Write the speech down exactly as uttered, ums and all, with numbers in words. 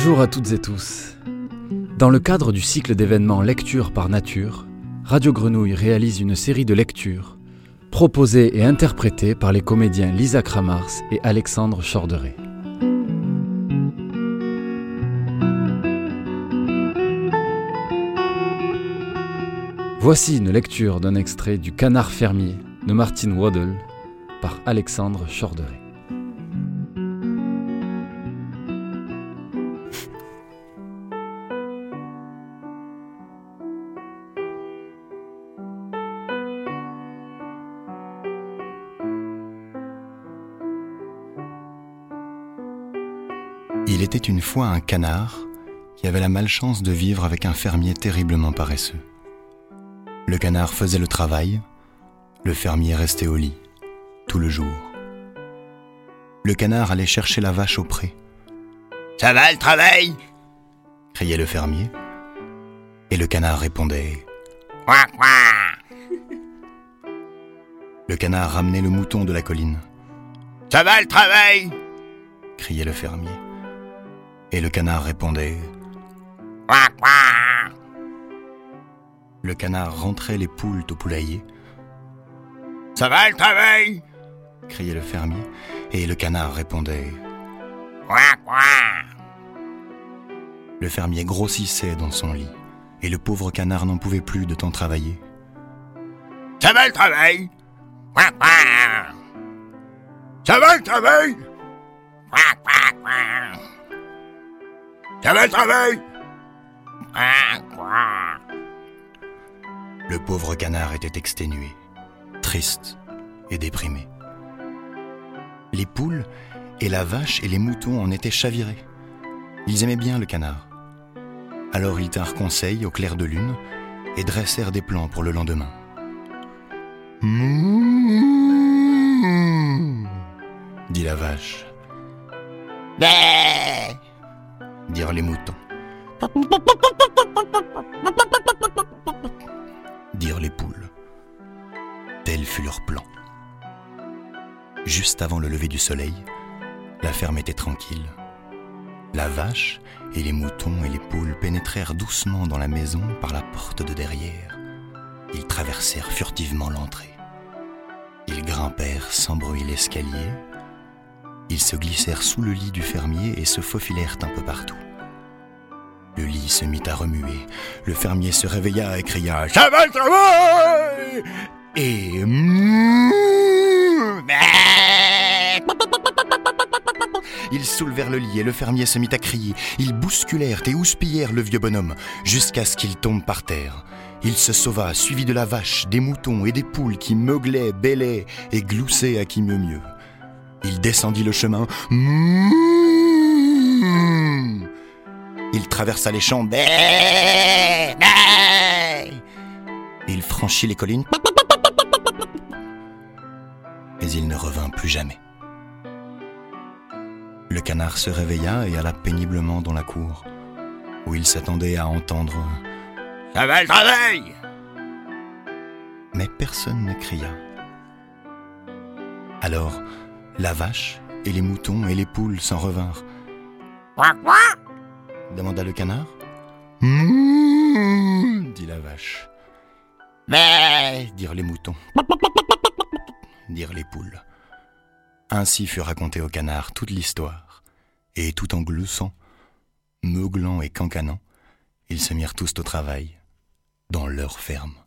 Bonjour à toutes et tous. Dans le cadre du cycle d'événements Lecture par Nature, Radio Grenouille réalise une série de lectures proposées et interprétées par les comédiens Lisa Kramars et Alexandre Chorderet. Voici une lecture d'un extrait du Canard fermier de Martin Waddell par Alexandre Chorderet. Il était une fois un canard qui avait la malchance de vivre avec un fermier terriblement paresseux. Le canard faisait le travail, le fermier restait au lit, tout le jour. Le canard allait chercher la vache au pré. « Ça va le travail ?» criait le fermier. Et le canard répondait « Ouah, ouah !» Le canard ramenait le mouton de la colline. « Ça va le travail ?» criait le fermier. Et le canard répondait « Ouah, ouah !» Le canard rentrait les poules au poulailler. « Ça va le travail ?» criait le fermier. Et le canard répondait « Ouah, ouah !» Le fermier grossissait dans son lit. Et le pauvre canard n'en pouvait plus de tant travailler. « Ça va le travail ?» Ouah, ouah !»« Ça va le travail ?» Ouah, ouah, ouah !»« Ça va le travail ?» Ouah, ouah !» Le pauvre canard était exténué, triste et déprimé. Les poules et la vache et les moutons en étaient chavirés. Ils aimaient bien le canard. Alors ils tinrent conseil au clair de lune et dressèrent des plans pour le lendemain. « Mouh !» dit la vache. « Bé !» dirent les moutons. Dirent les poules. Tel fut leur plan. Juste avant le lever du soleil, la ferme était tranquille. La vache et les moutons et les poules pénétrèrent doucement dans la maison par la porte de derrière. Ils traversèrent furtivement l'entrée. Ils grimpèrent sans bruit l'escalier. Ils se glissèrent sous le lit du fermier et se faufilèrent un peu partout. Le lit se mit à remuer. Le fermier se réveilla et cria « Ça va le travail !» Et... Ils soulevèrent le lit et le fermier se mit à crier. Ils bousculèrent et houspillèrent le vieux bonhomme jusqu'à ce qu'il tombe par terre. Il se sauva, suivi de la vache, des moutons et des poules qui meuglaient, bêlaient et gloussaient à qui mieux mieux. Il descendit le chemin. Il traversa les champs. Il franchit les collines. Mais il ne revint plus jamais. Le canard se réveilla et alla péniblement dans la cour, où il s'attendait à entendre « Ça va le travail !» Mais personne ne cria. Alors, la vache et les moutons et les poules s'en revinrent. « Quoi, quoi ?» demanda le canard. « Mouh !» dit la vache. « Mais !» dirent les moutons. « dirent les poules. Ainsi fut racontée au canard toute l'histoire, et tout en gloussant, meuglant et cancanant, ils se mirent tous au travail, dans leur ferme.